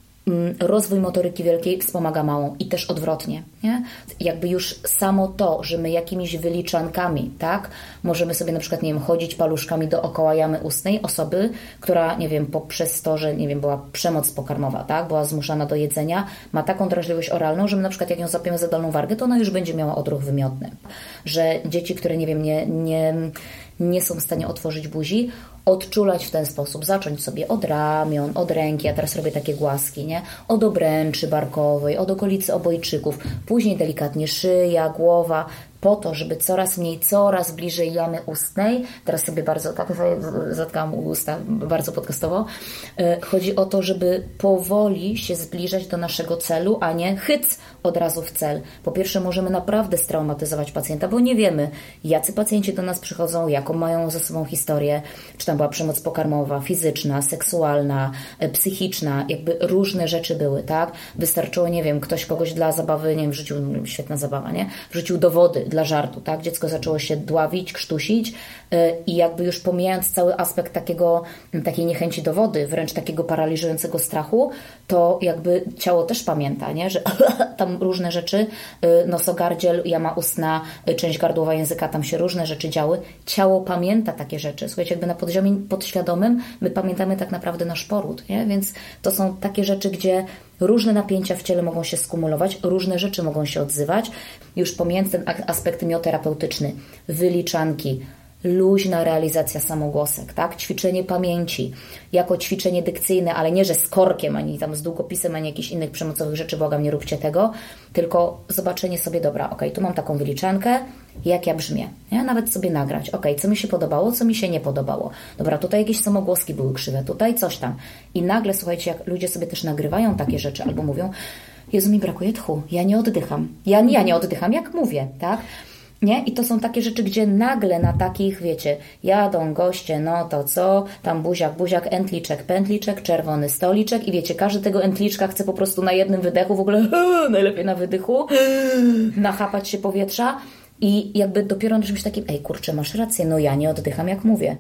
Rozwój motoryki wielkiej wspomaga małą i też odwrotnie. Nie? Jakby już samo to, że my jakimiś wyliczankami, tak, możemy sobie na przykład, nie wiem, chodzić paluszkami dookoła jamy ustnej osoby, która, nie wiem, poprzez to, że, nie wiem, była przemoc pokarmowa, tak, była zmuszana do jedzenia, ma taką drażliwość oralną, że my na przykład jak ją zapiemy za dolną wargę, to ona już będzie miała odruch wymiotny. Że dzieci, które, nie wiem, nie, nie, nie są w stanie otworzyć buzi, odczulać w ten sposób, zacząć sobie od ramion, od ręki, ja teraz robię takie głaski, nie? Od obręczy barkowej, od okolicy obojczyków, później delikatnie szyja, głowa, po to, żeby coraz mniej, coraz bliżej jamy ustnej, teraz sobie bardzo, tak zatkałam usta, bardzo podcastowo, chodzi o to, żeby powoli się zbliżać do naszego celu, a nie chyc od razu w cel. Po pierwsze, możemy naprawdę straumatyzować pacjenta, bo nie wiemy, jacy pacjenci do nas przychodzą, jaką mają ze sobą historię, czy tam była przemoc pokarmowa, fizyczna, seksualna, psychiczna, jakby różne rzeczy były, tak? Wystarczyło, nie wiem, ktoś kogoś dla zabawy, nie wiem, wrzucił, świetna zabawa, nie? Wrzucił do wody dla żartu, tak? Dziecko zaczęło się dławić, krztusić yy, i jakby już pomijając cały aspekt takiego, takiej niechęci do wody, wręcz takiego paraliżującego strachu, to jakby ciało też pamięta, nie? Że tam różne rzeczy, yy, nosogardziel, jama ustna, yy, część gardłowa języka, tam się różne rzeczy działy. Ciało pamięta takie rzeczy. Słuchajcie, jakby na poziomie podświadomym my pamiętamy tak naprawdę nasz poród, nie? Więc to są takie rzeczy, gdzie różne napięcia w ciele mogą się skumulować, różne rzeczy mogą się odzywać. Już pomijając ten aspekt mioterapeutyczny, wyliczanki, luźna realizacja samogłosek, tak? Ćwiczenie pamięci, jako ćwiczenie dykcyjne, ale nie, że z korkiem, ani tam z długopisem, ani jakichś innych przemocowych rzeczy, błagam, nie róbcie tego, tylko zobaczenie sobie, dobra, okej, tu mam taką wyliczankę, jak ja brzmię, nie? Nawet sobie nagrać, okej, co mi się podobało, co mi się nie podobało, dobra, tutaj jakieś samogłoski były krzywe, tutaj coś tam i nagle, słuchajcie, jak ludzie sobie też nagrywają takie rzeczy, albo mówią, Jezu, mi brakuje tchu, ja nie oddycham, ja, ja nie oddycham, jak mówię, tak? Nie? I to są takie rzeczy, gdzie nagle na takich, wiecie, jadą goście, no to co, tam buziak, buziak, entliczek, pętliczek, czerwony stoliczek i wiecie, każdy tego entliczka chce po prostu na jednym wydechu, w ogóle najlepiej na wydychu, nachapać się powietrza i jakby dopiero na czymś takim, ej kurczę, masz rację, no ja nie oddycham jak mówię.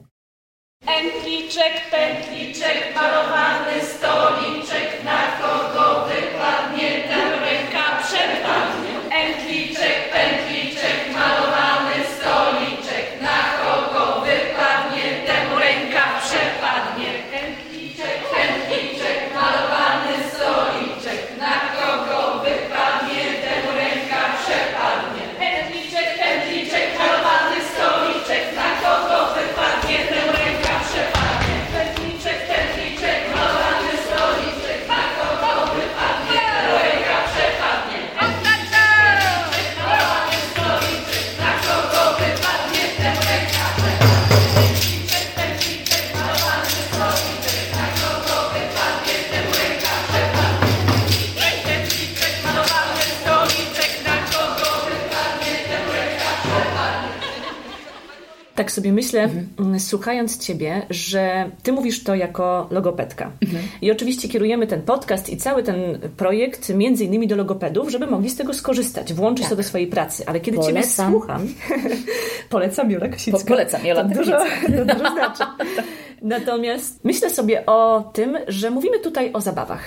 Entliczek, pętliczek, malowany stoliczek, na kogo wypadnie, tam ręka przepadnie. Entliczek, pętliczek, malowany stoliczek, na kogo wypadnie, temu ręka przepadnie. Entliczek, pętliczek, malowany stoliczek, na kogo wypadnie, temu ręka przepadnie. Entliczek, pętliczek, malowany stoliczek, na kogo wypadnie, temu ręka przepadnie. Pętliczek, pętliczek, malowany stoliczek, na kogo wypadnie, temu ręka przepadnie. Tak sobie myślę, mhm. słuchając Ciebie, że Ty mówisz to jako logopedka. Mhm. I oczywiście kierujemy ten podcast i cały ten projekt między innymi do logopedów, żeby mogli z tego skorzystać, włączyć tak. to do swojej pracy. Ale kiedy polecam. Ciebie słucham, polecam Jola Kosicka. Po, polecam Jola to dużo, to dużo znaczy. Natomiast myślę sobie o tym, że mówimy tutaj o zabawach.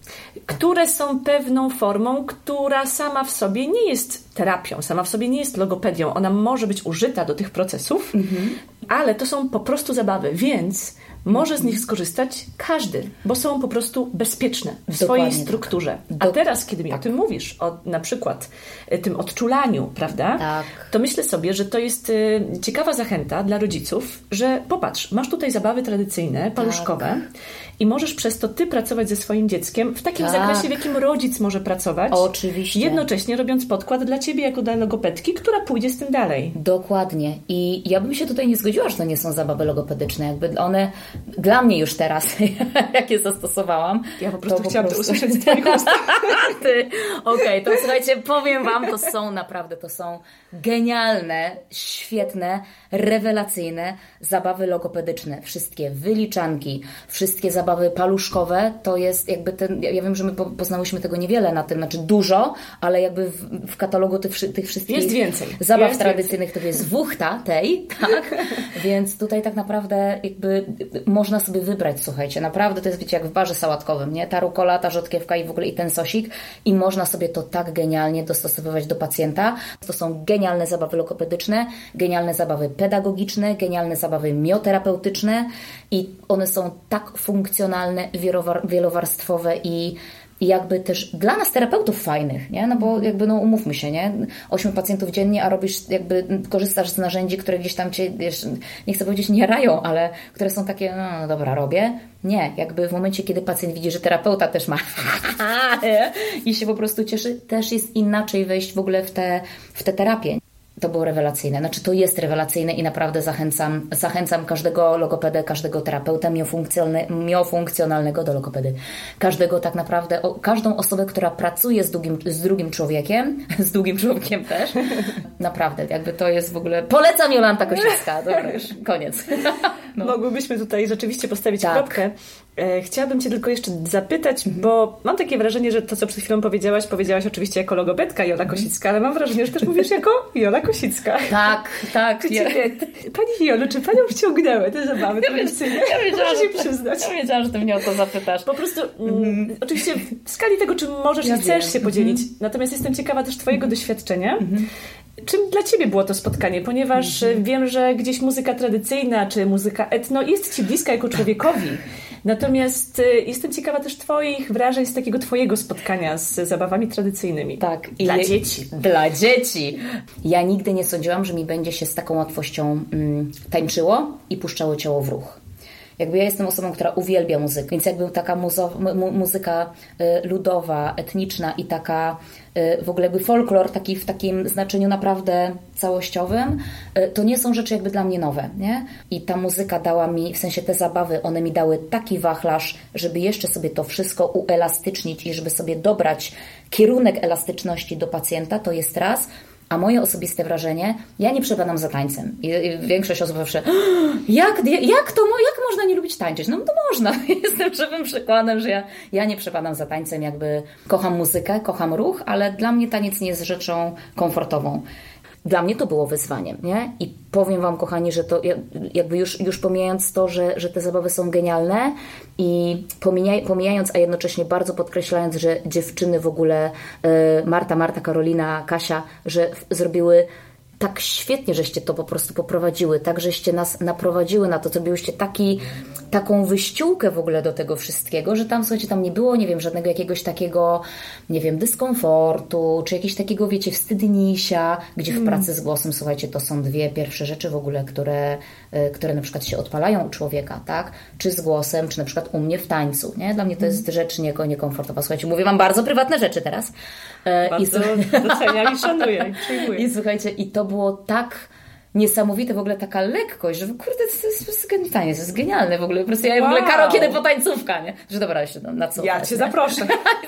które są pewną formą, która sama w sobie nie jest terapią, sama w sobie nie jest logopedią. Ona może być użyta do tych procesów, mhm. ale to są po prostu zabawy, więc może z nich skorzystać każdy, bo są po prostu bezpieczne w swojej Dokładnie strukturze. Tak. A Do... teraz, kiedy mi tak. o tym mówisz, o na przykład tym odczulaniu, prawda, tak. to myślę sobie, że to jest y, ciekawa zachęta dla rodziców, że popatrz, masz tutaj zabawy tradycyjne, paluszkowe tak. i możesz przez to ty pracować ze swoim dzieckiem w takim tak. zakresie, w jakim rodzic może pracować. Oczywiście. Jednocześnie robiąc podkład dla ciebie jako dla logopedki, która pójdzie z tym dalej. Dokładnie. I ja bym się tutaj nie zgodziła, że to nie są zabawy logopedyczne. Jakby one, dla mnie już teraz, jak je zastosowałam. Ja po prostu to chciałam po prostu... to usłyszeć z twoich ust. Okej, okay, to słuchajcie, powiem wam, to są naprawdę, to są genialne, świetne, rewelacyjne zabawy logopedyczne. Wszystkie wyliczanki, wszystkie zabawy paluszkowe, to jest jakby ten, ja wiem, że my poznałyśmy tego niewiele na tym, znaczy dużo, ale jakby w, w katalogu tych, tych wszystkich jest więcej. zabaw jest tradycyjnych więcej. To jest wuchta tej, tak? Więc tutaj tak naprawdę jakby można sobie wybrać, słuchajcie, naprawdę to jest, wiecie, jak w barze sałatkowym, nie? Ta rukola, ta rzodkiewka i w ogóle i ten sosik i można sobie to tak genialnie dostosowywać do pacjenta. To są genialne zabawy logopedyczne, genialne zabawy pedagogiczne, genialne zabawy mioterapeutyczne i one są tak funkcjonalne, wielowarstwowe i I jakby też dla nas terapeutów fajnych, nie? No bo jakby, no umówmy się, nie? Ośmiu pacjentów dziennie, a robisz, jakby korzystasz z narzędzi, które gdzieś tam cię, wiesz, nie chcę powiedzieć nie rają, ale które są takie, no, no dobra, robię. Nie, jakby w momencie, kiedy pacjent widzi, że terapeuta też ma i się po prostu cieszy, też jest inaczej wejść w ogóle w te, w te terapię. To było rewelacyjne. Znaczy to jest rewelacyjne i naprawdę zachęcam, zachęcam każdego logopedę, każdego terapeuta miofunkcjonalnego do logopedy. Każdego tak naprawdę, o, każdą osobę, która pracuje z drugim, z drugim człowiekiem, z drugim człowiekiem też. Naprawdę, jakby to jest w ogóle... Polecam Jolanta Kosicka. Dobra, już koniec. No. Mogłybyśmy tutaj rzeczywiście postawić tak. kropkę. Chciałabym Cię tylko jeszcze zapytać, bo mam takie wrażenie, że to, co przed chwilą powiedziałaś, powiedziałaś oczywiście jako logopedka Jola Kosicka, ale mam wrażenie, że też mówisz jako Jola Kosicka. Tak, tak. Ja. Pani Jolu, czy Panią wciągnęły te zabawy tradycyjne? Ja wiedziałam, Muszę się przyznać. Ja wiedziałam, że Ty mnie o to zapytasz. Po prostu, mm, oczywiście w skali tego, czym możesz ja i chcesz wiem. się podzielić, mm-hmm. natomiast jestem ciekawa też Twojego mm-hmm. doświadczenia. Mm-hmm. Czym dla Ciebie było to spotkanie? Ponieważ mm-hmm. wiem, że gdzieś muzyka tradycyjna czy muzyka etno jest Ci bliska jako człowiekowi. Natomiast y, jestem ciekawa też Twoich wrażeń z takiego Twojego spotkania z zabawami tradycyjnymi. Tak. Dla I, dzieci. Dla dzieci. Ja nigdy nie sądziłam, że mi będzie się z taką łatwością mm, tańczyło i puszczało ciało w ruch. Jakby ja jestem osobą, która uwielbia muzykę, więc jakby taka muzo- mu- muzyka y, ludowa, etniczna i taka y, w ogóle jakby folklor taki w takim znaczeniu naprawdę całościowym, y, to nie są rzeczy jakby dla mnie nowe, nie? I ta muzyka dała mi, w sensie te zabawy, one mi dały taki wachlarz, żeby jeszcze sobie to wszystko uelastycznić i żeby sobie dobrać kierunek elastyczności do pacjenta, to jest raz. A moje osobiste wrażenie, ja nie przepadam za tańcem. I, i większość osób zawsze, jak, jak to, jak można nie lubić tańczyć? No to można. Jestem żywym przykładem, że ja, ja nie przepadam za tańcem, jakby kocham muzykę, kocham ruch, ale dla mnie taniec nie jest rzeczą komfortową. Dla mnie to było wyzwaniem, nie? I powiem Wam, kochani, że to jakby już, już pomijając to, że, że te zabawy są genialne i pomijaj, pomijając, a jednocześnie bardzo podkreślając, że dziewczyny w ogóle, Marta, Marta, Karolina, Kasia, że zrobiły tak świetnie, żeście to po prostu poprowadziły, tak, żeście nas naprowadziły na to, zrobiłyście taki, taką wyściółkę w ogóle do tego wszystkiego, że tam, słuchajcie, tam nie było, nie wiem, żadnego jakiegoś takiego, nie wiem, dyskomfortu, czy jakiegoś takiego, wiecie, wstydnisia, gdzie w pracy z głosem, słuchajcie, to są dwie pierwsze rzeczy w ogóle, które, które na przykład się odpalają u człowieka, tak, czy z głosem, czy na przykład u mnie w tańcu, nie, dla mnie to jest rzecz nie, niekomfortowa, słuchajcie, mówię Wam bardzo prywatne rzeczy teraz. Bardzo I, doceniam i szanuję, przyjmuję. I słuchajcie, i to było tak niesamowite, w ogóle taka lekkość, że kurde, to jest, to jest genialne, to jest genialne w ogóle. Po prostu ja wow. w ogóle Karo, kiedy po tańcówka, nie? Że dobra, się na co? Ja Cię nie? zaproszę.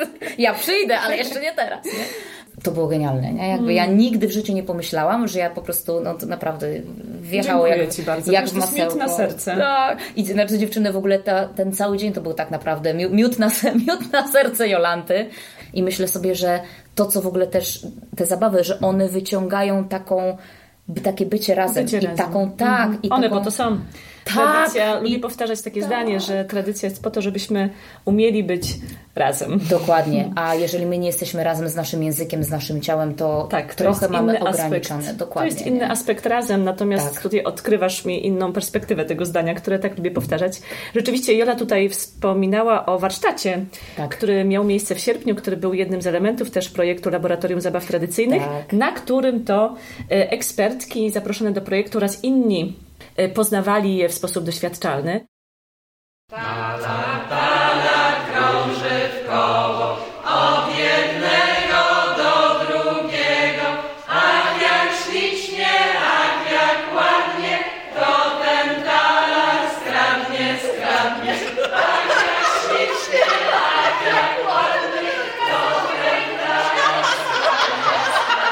Ja przyjdę, ale jeszcze nie teraz, nie? To było genialne, nie? Jakby mm. ja nigdy w życiu nie pomyślałam, że ja po prostu, no to naprawdę wjechało Dziękuję jak, Ci bardzo. jak w masełko. Miód na serce. Tak. I znaczy dziewczyny w ogóle ta, ten cały dzień to był tak naprawdę miód na, miód na serce Jolanty. I myślę sobie, że to, co w ogóle też, te zabawy, że one wyciągają taką, takie bycie razem. Bycie I razem. taką, tak. Mhm. I one taką, po to są. tradycja, tak, lubię i... powtarzać takie tak. zdanie, że tradycja jest po to, żebyśmy umieli być razem. Dokładnie, a jeżeli my nie jesteśmy razem z naszym językiem, z naszym ciałem, to tak, to trochę mamy ograniczone. ograniczone. Dokładnie, to jest inny nie? aspekt razem, natomiast tak. tutaj odkrywasz mi inną perspektywę tego zdania, które tak lubię powtarzać. Rzeczywiście Jola tutaj wspominała o warsztacie, tak. który miał miejsce w sierpniu, który był jednym z elementów też projektu Laboratorium Zabaw Tradycyjnych, tak. na którym to ekspertki zaproszone do projektu oraz inni poznawali je w sposób doświadczalny. Tala, tala, krąży w koło, od jednego do drugiego. Ach, jak ślicznie, ach, jak ładnie, to ten talar skradnie, skradnie. Ach, jak ślicznie, ach, jak ładnie, to ten talar skradnie,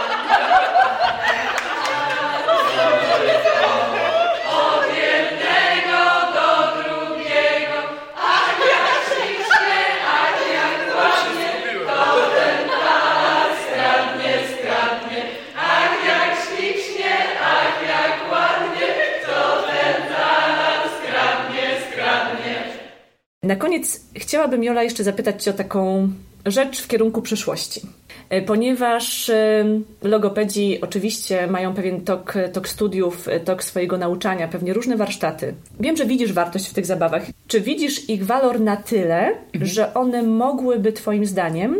skradnie. Od jednego do drugiego. Ach, jak ślicznie, ach, jak ładnie, to ten talar skradnie, skradnie. Ach, jak ślicznie, ach, jak ładnie, to ten talar skradnie, skradnie. Na koniec chciałabym, Jola, jeszcze zapytać Cię o taką rzecz w kierunku przyszłości. Ponieważ logopedzi oczywiście mają pewien tok, tok studiów, tok swojego nauczania, pewnie różne warsztaty. Wiem, że widzisz wartość w tych zabawach. Czy widzisz ich walor na tyle, mhm. że one mogłyby Twoim zdaniem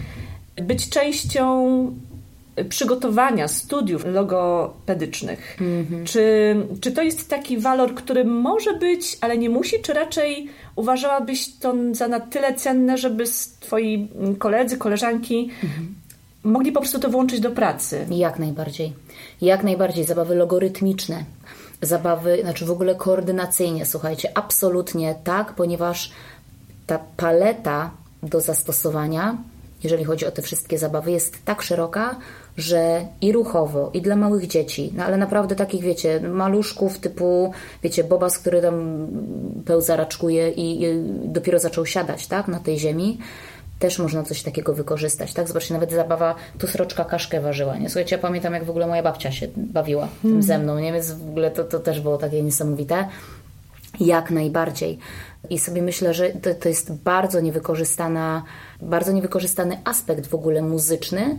być częścią przygotowania studiów logopedycznych? Mhm. Czy, czy to jest taki walor, który może być, ale nie musi? Czy raczej uważałabyś to za na tyle cenne, żeby Twoi koledzy, koleżanki mhm. mogli po prostu to włączyć do pracy? Jak najbardziej. Jak najbardziej. Zabawy logorytmiczne. Zabawy, znaczy w ogóle koordynacyjnie. Słuchajcie, absolutnie tak, ponieważ ta paleta do zastosowania, jeżeli chodzi o te wszystkie zabawy, jest tak szeroka, że i ruchowo, i dla małych dzieci, no ale naprawdę takich, wiecie, maluszków typu, wiecie, Bobas, który tam pełza, raczkuje i, i dopiero zaczął siadać, tak, na tej ziemi, też można coś takiego wykorzystać, tak? Zobaczcie, nawet zabawa, tu sroczka kaszkę ważyła, nie? Słuchajcie, ja pamiętam, jak w ogóle moja babcia się bawiła tym hmm. ze mną, nie? Więc w ogóle to, to też było takie niesamowite. Jak najbardziej. I sobie myślę, że to, to jest bardzo niewykorzystana, bardzo niewykorzystany aspekt w ogóle muzyczny yy,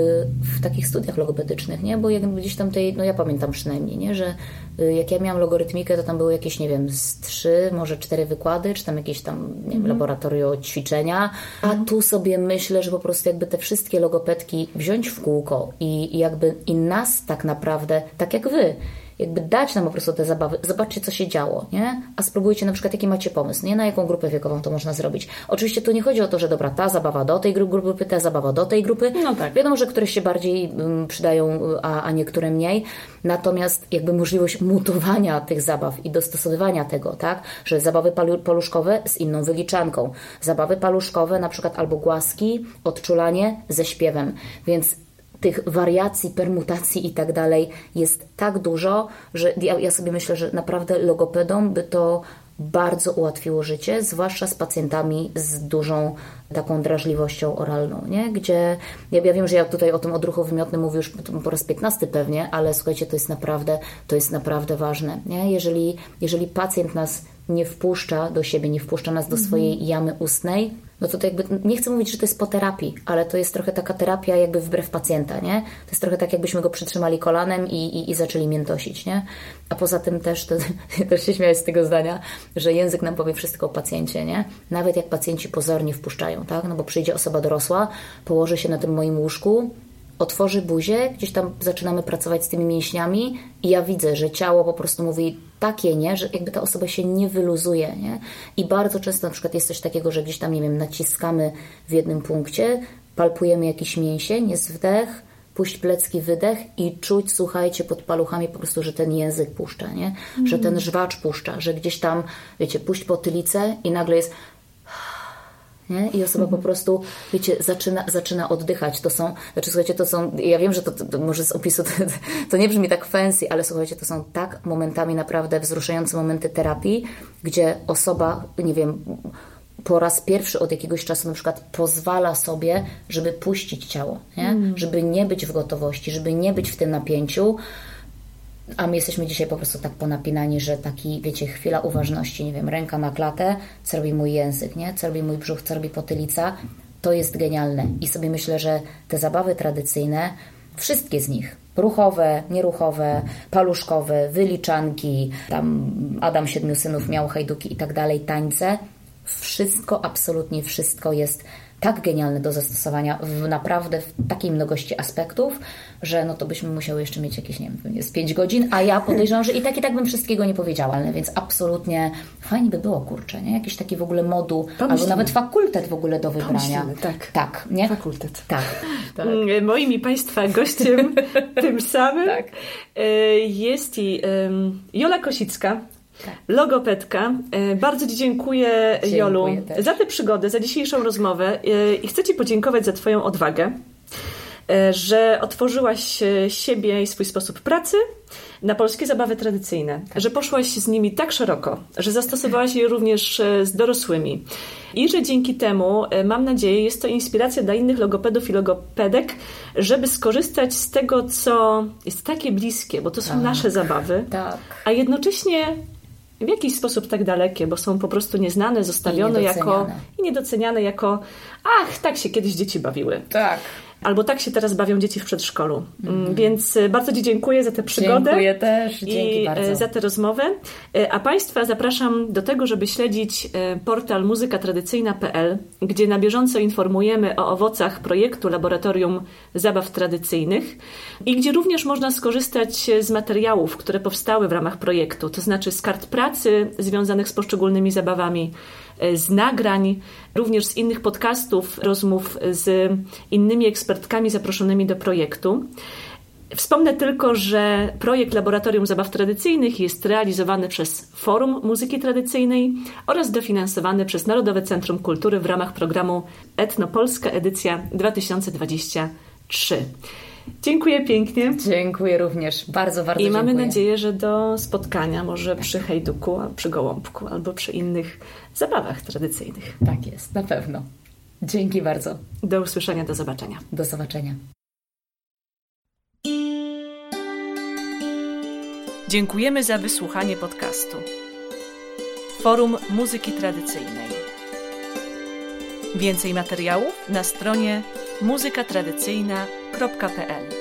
w takich studiach logopedycznych, nie? Bo jak gdzieś tam tej, no ja pamiętam przynajmniej, nie? Że yy, jak ja miałam logorytmikę, to tam były jakieś, nie wiem, z trzy, może cztery wykłady, czy tam jakieś tam, nie wiem, laboratorium ćwiczenia. A tu sobie myślę, że po prostu jakby te wszystkie logopedki wziąć w kółko i, i jakby i nas tak naprawdę, tak jak wy, jakby dać nam po prostu te zabawy, zobaczcie, co się działo, nie? A spróbujcie na przykład, jaki macie pomysł, nie? Na jaką grupę wiekową to można zrobić. Oczywiście tu nie chodzi o to, że dobra, ta zabawa do tej grupy, ta zabawa do tej grupy. No tak. Wiadomo, że któreś się bardziej um, przydają, a, a niektóre mniej. Natomiast jakby możliwość mutowania tych zabaw i dostosowywania tego, tak? Że zabawy palu- paluszkowe z inną wyliczanką. Zabawy paluszkowe, na przykład albo głaski, odczulanie ze śpiewem. Więc tych wariacji, permutacji i tak dalej jest tak dużo, że ja, ja sobie myślę, że naprawdę logopedom by to bardzo ułatwiło życie, zwłaszcza z pacjentami z dużą taką drażliwością oralną, nie? Gdzie ja, ja wiem, że ja tutaj o tym odruchu wymiotnym mówię już po raz piętnasty pewnie, ale słuchajcie, to jest naprawdę, to jest naprawdę ważne, nie? Jeżeli, jeżeli pacjent nas nie wpuszcza do siebie, nie wpuszcza nas do swojej jamy ustnej, no to, to jakby, nie chcę mówić, że to jest po terapii, ale to jest trochę taka terapia jakby wbrew pacjenta, nie? To jest trochę tak, jakbyśmy go przytrzymali kolanem i, i, i zaczęli miętosić, nie? A poza tym też, to, ja też się śmiałem z tego zdania, że język nam powie wszystko o pacjencie, nie? Nawet jak pacjenci pozornie wpuszczają, tak? No bo przyjdzie osoba dorosła, położy się na tym moim łóżku, otworzy buzię, gdzieś tam zaczynamy pracować z tymi mięśniami i ja widzę, że ciało po prostu mówi takie nie, że jakby ta osoba się nie wyluzuje, nie? I bardzo często na przykład jest coś takiego, że gdzieś tam, nie wiem, naciskamy w jednym punkcie, palpujemy jakiś mięsień, jest wdech, puść plecki, wydech i czuć, słuchajcie, pod paluchami po prostu, że ten język puszcza, nie? Mm. Że ten żwacz puszcza, że gdzieś tam, wiecie, puść potylicę i nagle jest nie? I osoba po prostu, wiecie, zaczyna, zaczyna oddychać. To są, znaczy słuchajcie, to są, ja wiem, że to, to, to może z opisu to, to nie brzmi tak fancy, ale słuchajcie, to są tak momentami naprawdę wzruszające momenty terapii, gdzie osoba, nie wiem, po raz pierwszy od jakiegoś czasu na przykład pozwala sobie, żeby puścić ciało, nie? Mm. Żeby nie być w gotowości, żeby nie być w tym napięciu. A my jesteśmy dzisiaj po prostu tak ponapinani, że taki, wiecie, chwila uważności, nie wiem, ręka na klatę, co robi mój język, nie? Co robi mój brzuch, co robi potylica. To jest genialne. I sobie myślę, że te zabawy tradycyjne, wszystkie z nich, ruchowe, nieruchowe, paluszkowe, wyliczanki, tam Adam Siedmiu Synów miał hajduki i tak dalej, tańce, wszystko, absolutnie wszystko jest tak genialne do zastosowania w naprawdę w takiej mnogości aspektów, że no to byśmy musiały jeszcze mieć jakieś, nie wiem, jest pięć godzin, a ja podejrzewam, że i tak i tak bym wszystkiego nie powiedziała, ale więc absolutnie fajnie by było, kurczę, nie? Jakiś taki w ogóle moduł, Pomyślimy. albo nawet fakultet w ogóle do wybrania. Pomyślimy, tak. Tak, nie? Fakultet. Tak. tak. Moim i Państwa gościem tym samym Tak. jest i Jola Kosicka, Tak. logopedka. Bardzo Ci dziękuję, Dziękuję Jolu, też. za tę przygodę, za dzisiejszą rozmowę i chcę Ci podziękować za Twoją odwagę, że otworzyłaś siebie i swój sposób pracy na polskie zabawy tradycyjne, tak. że poszłaś z nimi tak szeroko, że zastosowałaś je również z dorosłymi i że dzięki temu, mam nadzieję, jest to inspiracja dla innych logopedów i logopedek, żeby skorzystać z tego, co jest takie bliskie, bo to są tak. nasze zabawy, Tak. a jednocześnie w jakiś sposób tak dalekie, bo są po prostu nieznane, zostawione I jako i niedoceniane jako ach, tak się kiedyś dzieci bawiły. Tak. Albo tak się teraz bawią dzieci w przedszkolu. Mm. Więc bardzo Ci dziękuję za tę przygodę. Dziękuję też. Dzięki i bardzo. za tę rozmowę. A Państwa zapraszam do tego, żeby śledzić portal muzyka tradycyjna kropka p l, gdzie na bieżąco informujemy o owocach projektu Laboratorium Zabaw Tradycyjnych i gdzie również można skorzystać z materiałów, które powstały w ramach projektu, to znaczy z kart pracy związanych z poszczególnymi zabawami, z nagrań, również z innych podcastów, rozmów z innymi ekspertkami zaproszonymi do projektu. Wspomnę tylko, że projekt Laboratorium Zabaw Tradycyjnych jest realizowany przez Forum Muzyki Tradycyjnej oraz dofinansowany przez Narodowe Centrum Kultury w ramach programu Etnopolska edycja dwa tysiące dwadzieścia trzy. Dziękuję pięknie. Dziękuję również. Bardzo, bardzo I dziękuję. mamy nadzieję, że do spotkania może przy hejduku, przy gołąbku albo przy innych zabawach tradycyjnych. Tak jest, na pewno. Dzięki bardzo. Do usłyszenia, do zobaczenia. Do zobaczenia. Dziękujemy za wysłuchanie podcastu Forum Muzyki Tradycyjnej. Więcej materiałów na stronie muzyka tradycyjna kropka p l.